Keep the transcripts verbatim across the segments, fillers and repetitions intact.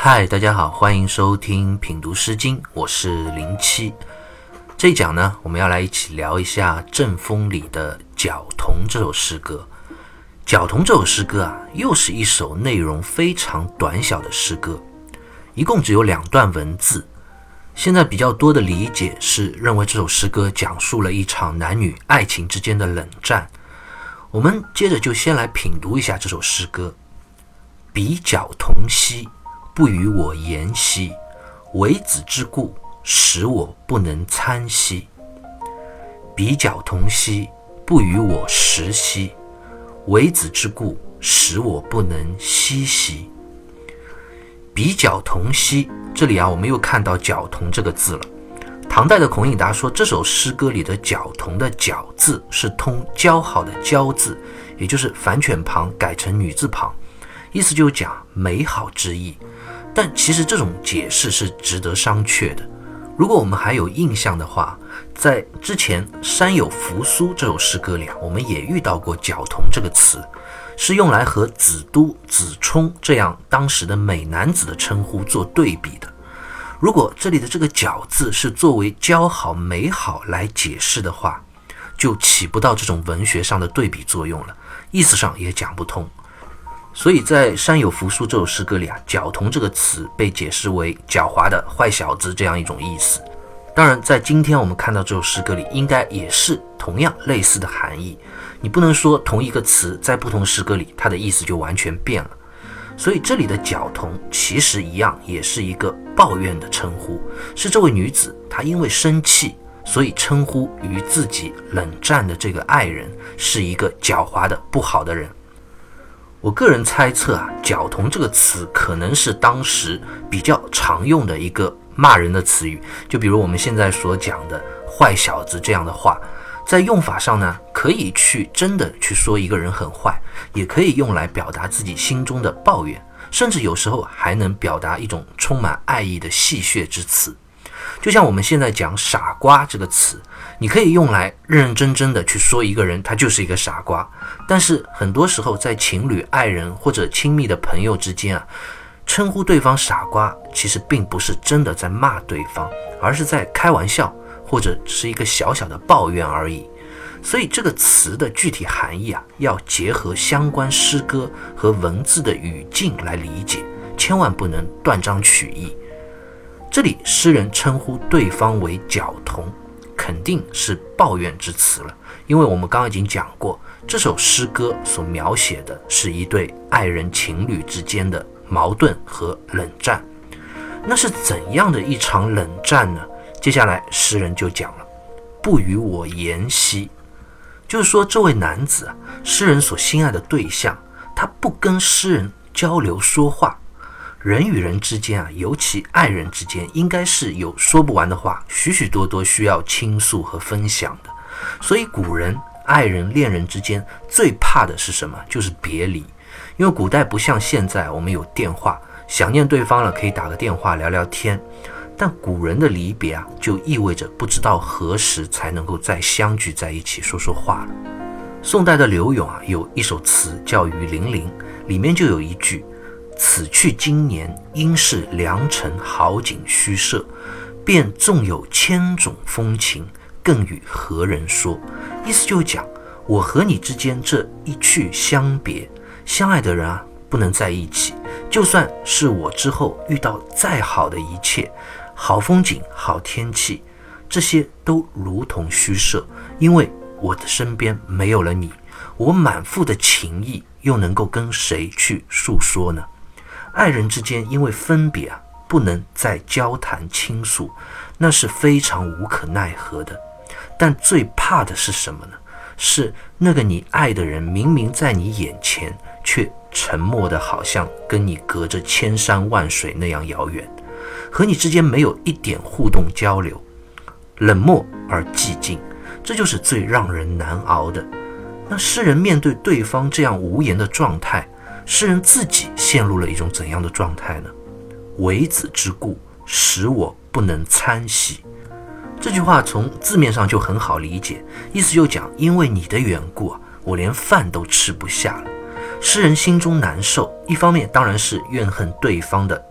嗨，大家好，欢迎收听品读诗经，我是零七。这一讲呢，我们要来一起聊一下《正风》里的《角童》这首诗歌。《角童》这首诗歌啊，又是一首内容非常短小的诗歌，一共只有两段文字。现在比较多的理解是认为这首诗歌讲述了一场男女爱情之间的冷战。我们接着就先来品读一下这首诗歌。比角童兮，不与我言兮，为子之故，使我不能参兮。比角童兮，不与我食兮，为子之故，使我不能嬉兮。比角童兮，这里啊，我们又看到角童这个字了。唐代的孔颖达说，这首诗歌里的角童的角字是通姣好的姣字，也就是反犬旁改成女字旁，意思就是讲美好之意。但其实这种解释是值得商榷的。如果我们还有印象的话，在之前《山有扶苏》这首诗歌里啊，我们也遇到过角童这个词，是用来和子都、子冲这样当时的美男子的称呼做对比的。如果这里的这个角字是作为姣好美好来解释的话，就起不到这种文学上的对比作用了，意思上也讲不通。所以在《山有扶苏》这首诗歌里啊，角童这个词被解释为狡猾的坏小子这样一种意思。当然在今天我们看到这首诗歌里应该也是同样类似的含义，你不能说同一个词在不同诗歌里它的意思就完全变了。所以这里的角童其实一样也是一个抱怨的称呼，是这位女子她因为生气，所以称呼与自己冷战的这个爱人是一个狡猾的不好的人。我个人猜测啊，角童这个词可能是当时比较常用的一个骂人的词语，就比如我们现在所讲的坏小子这样的话，在用法上呢，可以去真的去说一个人很坏，也可以用来表达自己心中的抱怨，甚至有时候还能表达一种充满爱意的戏谑之词。就像我们现在讲傻瓜这个词，你可以用来认认真真的去说一个人他就是一个傻瓜，但是很多时候在情侣、爱人或者亲密的朋友之间啊，称呼对方傻瓜其实并不是真的在骂对方，而是在开玩笑，或者是一个小小的抱怨而已。所以这个词的具体含义啊，要结合相关诗歌和文字的语境来理解，千万不能断章取义。这里诗人称呼对方为角童，肯定是抱怨之词了，因为我们刚刚已经讲过，这首诗歌所描写的是一对爱人情侣之间的矛盾和冷战。那是怎样的一场冷战呢？接下来诗人就讲了，不与我言兮，就是说这位男子啊，诗人所心爱的对象，他不跟诗人交流说话。人与人之间啊，尤其爱人之间，应该是有说不完的话，许许多多需要倾诉和分享的。所以古人爱人恋人之间最怕的是什么？就是别离。因为古代不像现在我们有电话，想念对方了可以打个电话聊聊天，但古人的离别啊，就意味着不知道何时才能够再相聚在一起说说话了。宋代的柳永啊，有一首词叫《雨霖铃》，里面就有一句，此去经年，应是良辰好景虚设，便纵有千种风情，更与何人说。意思就是讲，我和你之间这一去相别，相爱的人啊，不能在一起，就算是我之后遇到再好的一切，好风景、好天气，这些都如同虚设，因为我的身边没有了你，我满腹的情意又能够跟谁去诉说呢？爱人之间因为分别啊，不能再交谈倾诉，那是非常无可奈何的。但最怕的是什么呢？是那个你爱的人明明在你眼前，却沉默的好像跟你隔着千山万水那样遥远，和你之间没有一点互动交流，冷漠而寂静，这就是最让人难熬的。那诗人面对对方这样无言的状态，诗人自己陷入了一种怎样的状态呢？为子之故，使我不能参兮。这句话从字面上就很好理解，意思就讲，因为你的缘故啊，我连饭都吃不下了。诗人心中难受，一方面当然是怨恨对方的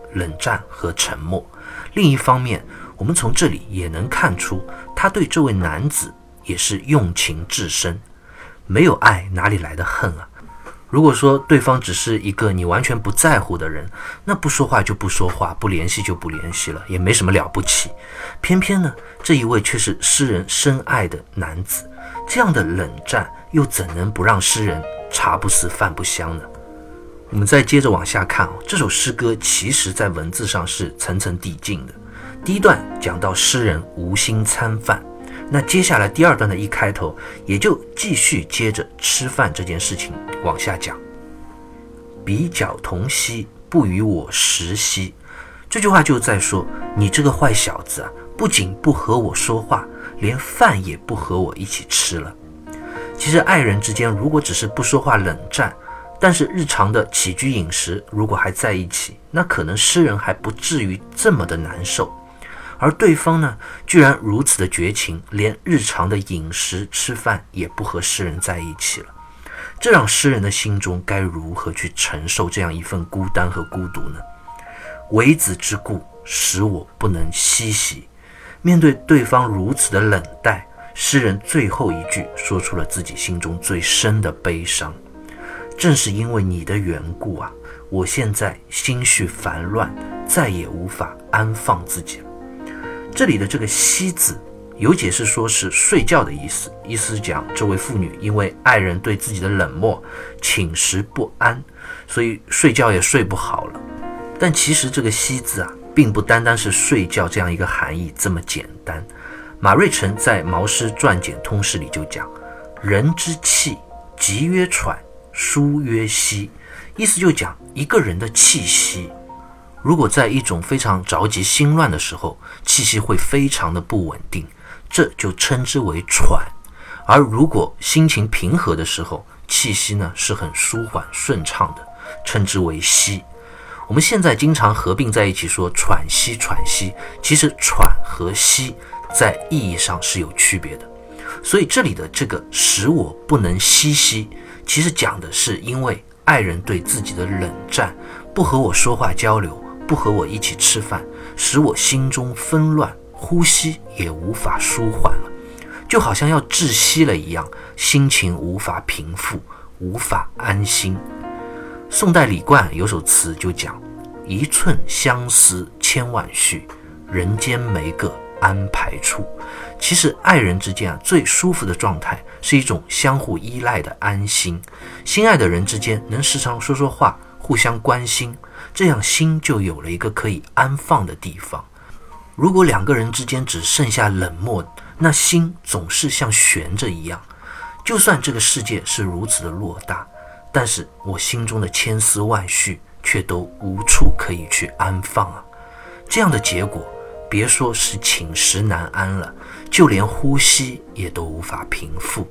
冷战和沉默。另一方面，我们从这里也能看出，他对这位男子也是用情至深。没有爱，哪里来的恨啊？如果说对方只是一个你完全不在乎的人，那不说话就不说话，不联系就不联系了，也没什么了不起。偏偏呢，这一位却是诗人深爱的男子，这样的冷战又怎能不让诗人茶不思饭不香呢？我们再接着往下看哦，这首诗歌其实在文字上是层层递进的。第一段讲到诗人无心餐饭，那接下来第二段的一开头也就继续接着吃饭这件事情往下讲。比较同兮，不与我食兮。这句话就在说，你这个坏小子啊，不仅不和我说话，连饭也不和我一起吃了。其实爱人之间如果只是不说话冷战，但是日常的起居饮食如果还在一起，那可能诗人还不至于这么的难受。而对方呢，居然如此的绝情，连日常的饮食吃饭也不和诗人在一起了。这让诗人的心中该如何去承受这样一份孤单和孤独呢？为子之故，使我不能息息。面对对方如此的冷淡，诗人最后一句说出了自己心中最深的悲伤。正是因为你的缘故啊，我现在心绪烦乱，再也无法安放自己了。这里的这个息字，有解释说是睡觉的意思，意思是讲这位妇女因为爱人对自己的冷漠，寝食不安，所以睡觉也睡不好了。但其实这个息字啊，并不单单是睡觉这样一个含义这么简单。马瑞辰在《毛诗传简通释》里就讲，人之气，急曰喘，舒曰息，意思就讲一个人的气息，如果在一种非常着急心乱的时候，气息会非常的不稳定，这就称之为喘。而如果心情平和的时候，气息呢是很舒缓顺畅的，称之为息。我们现在经常合并在一起说喘息喘息，其实喘和息在意义上是有区别的。所以这里的这个使我不能息息，其实讲的是因为爱人对自己的冷战，不和我说话交流，不和我一起吃饭，使我心中纷乱，呼吸也无法舒缓了，就好像要窒息了一样，心情无法平复，无法安心。宋代李冠有首词就讲，一寸相思千万绪，人间没个安排处。其实爱人之间啊，最舒服的状态是一种相互依赖的安心。心爱的人之间能时常说说话，互相关心，这样心就有了一个可以安放的地方。如果两个人之间只剩下冷漠，那心总是像悬着一样。就算这个世界是如此的偌大，但是我心中的千丝万绪却都无处可以去安放啊。这样的结果，别说是寝食难安了，就连呼吸也都无法平复。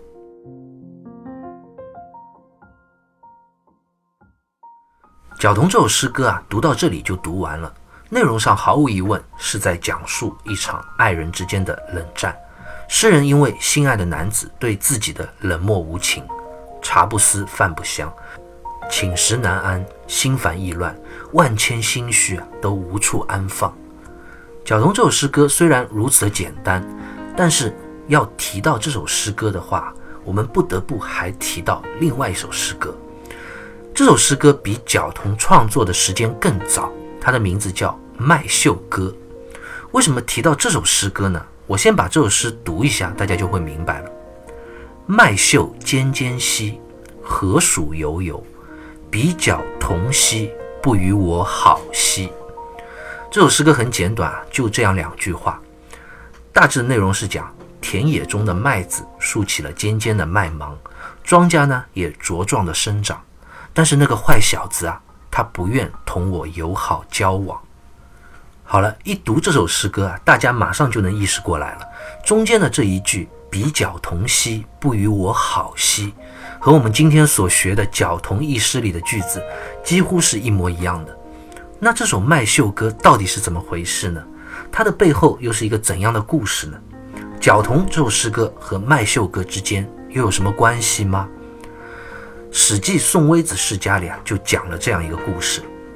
角童这首诗歌啊，读到这里就读完了。内容上毫无疑问是在讲述一场爱人之间的冷战。诗人因为心爱的男子对自己的冷漠无情，茶不思饭不香，寝食难安，心烦意乱，万千心绪啊都无处安放。角童这首诗歌虽然如此的简单，但是要提到这首诗歌的话，我们不得不还提到另外一首诗歌。这首诗歌比角童创作的时间更早，它的名字叫《麦秀歌》。为什么提到这首诗歌呢？我先把这首诗读一下，大家就会明白了。麦秀尖尖兮，何属悠悠，比角同兮，不与我好兮。这首诗歌很简短，就这样两句话。大致的内容是讲田野中的麦子竖起了尖尖的麦芒，庄稼呢也茁壮的生长，但是那个坏小子啊，他不愿同我友好交往。好了，一读这首诗歌啊，大家马上就能意识过来了，中间的这一句比角同兮，不与我好兮，和我们今天所学的角童一诗里的句子几乎是一模一样的。那这首麦秀歌到底是怎么回事呢？它的背后又是一个怎样的故事呢？角童这首诗歌和麦秀歌之间又有什么关系吗？史记宋微子世家里啊，就讲了这样一个故事，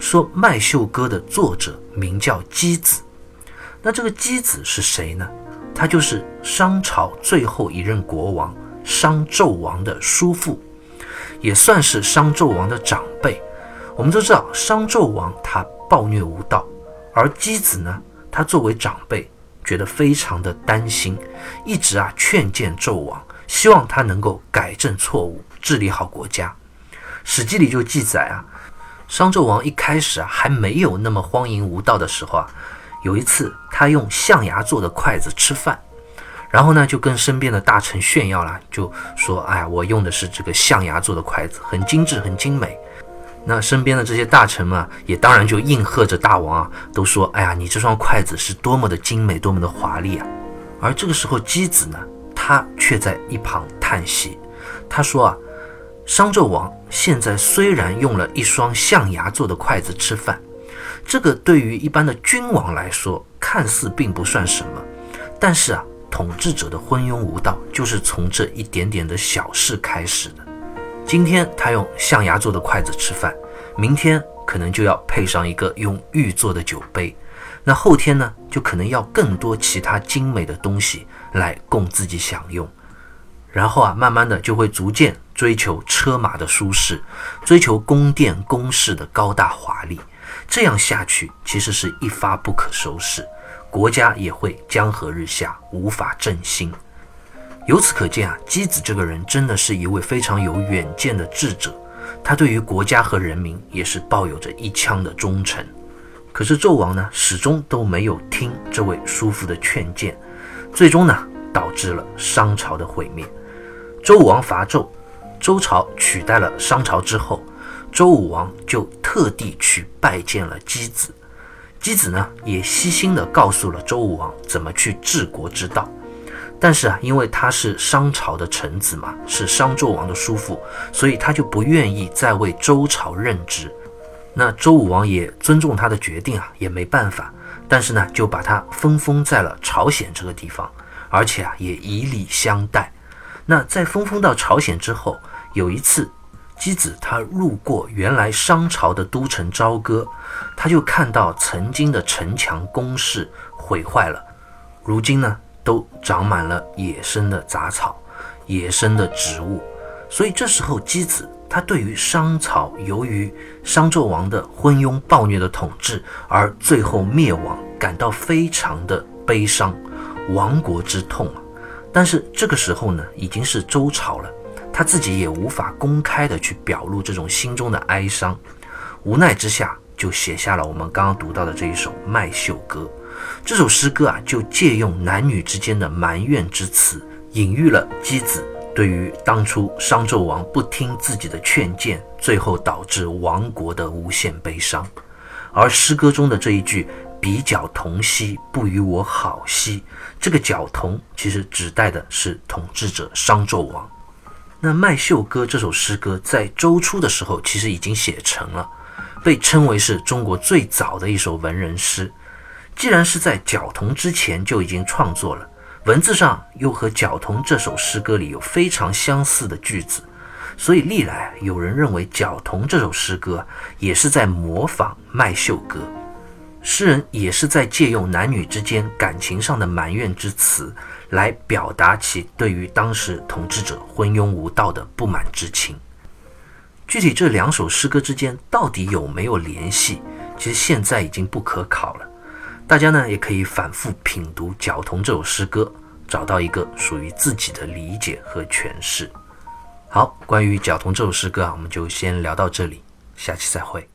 说麦秀歌的作者名叫箕子。那这个箕子是谁呢？他就是商朝最后一任国王商纣王的叔父，也算是商纣王的长辈。我们都知道商纣王他暴虐无道，而箕子呢，他作为长辈觉得非常的担心，一直啊劝谏纣王，希望他能够改正错误，治理好国家。史记里就记载啊，商纣王一开始啊还没有那么荒淫无道的时候啊，有一次他用象牙做的筷子吃饭，然后呢就跟身边的大臣炫耀了，就说哎呀，我用的是这个象牙做的筷子，很精致很精美。那身边的这些大臣们、啊、也当然就应和着大王啊，都说哎呀，你这双筷子是多么的精美，多么的华丽啊。而这个时候箕子呢，他却在一旁叹息，他说啊，商纣王现在虽然用了一双象牙做的筷子吃饭，这个对于一般的君王来说看似并不算什么，但是啊，统治者的昏庸无道就是从这一点点的小事开始的。今天他用象牙做的筷子吃饭，明天可能就要配上一个用玉做的酒杯，那后天呢，就可能要更多其他精美的东西来供自己享用。然后啊，慢慢的就会逐渐追求车马的舒适，追求宫殿宫室的高大华丽。这样下去其实是一发不可收拾，国家也会江河日下，无法振兴。由此可见啊，箕子这个人真的是一位非常有远见的智者，他对于国家和人民也是抱有着一腔的忠诚。可是纣王呢，始终都没有听这位叔父的劝谏，最终呢，导致了商朝的毁灭。周武王伐纣，周朝取代了商朝之后，周武王就特地去拜见了箕子。箕子呢，也悉心地告诉了周武王怎么去治国之道。但是啊，因为他是商朝的臣子嘛，是商纣王的叔父，所以他就不愿意再为周朝任职。那周武王也尊重他的决定啊，也没办法，但是呢，就把他分封在了朝鲜这个地方，而且啊，也以礼相待。那在分封到朝鲜之后，有一次箕子他路过原来商朝的都城朝歌，他就看到曾经的城墙宫室毁坏了，如今呢都长满了野生的杂草，野生的植物。所以这时候箕子他对于商朝由于商纣王的昏庸暴虐的统治而最后灭亡感到非常的悲伤，亡国之痛啊。但是这个时候呢，已经是周朝了，他自己也无法公开的去表露这种心中的哀伤，无奈之下就写下了我们刚刚读到的这一首《麦秀歌》。这首诗歌啊，就借用男女之间的埋怨之词，隐喻了箕子对于当初商纣王不听自己的劝谏，最后导致亡国的无限悲伤。而诗歌中的这一句比较同兮，不与我好兮，这个角同其实指代的是统治者商纣王。那《麦秀歌》这首诗歌在周初的时候其实已经写成了，被称为是中国最早的一首文人诗。既然是在角童之前就已经创作了，文字上又和角童这首诗歌里有非常相似的句子，所以历来有人认为角童这首诗歌也是在模仿麦秀歌，诗人也是在借用男女之间感情上的埋怨之词来表达其对于当时统治者昏庸无道的不满之情。具体这两首诗歌之间到底有没有联系，其实现在已经不可考了。大家呢也可以反复品读角童这首诗歌，找到一个属于自己的理解和诠释。好，关于角童这首诗歌啊，我们就先聊到这里，下期再会。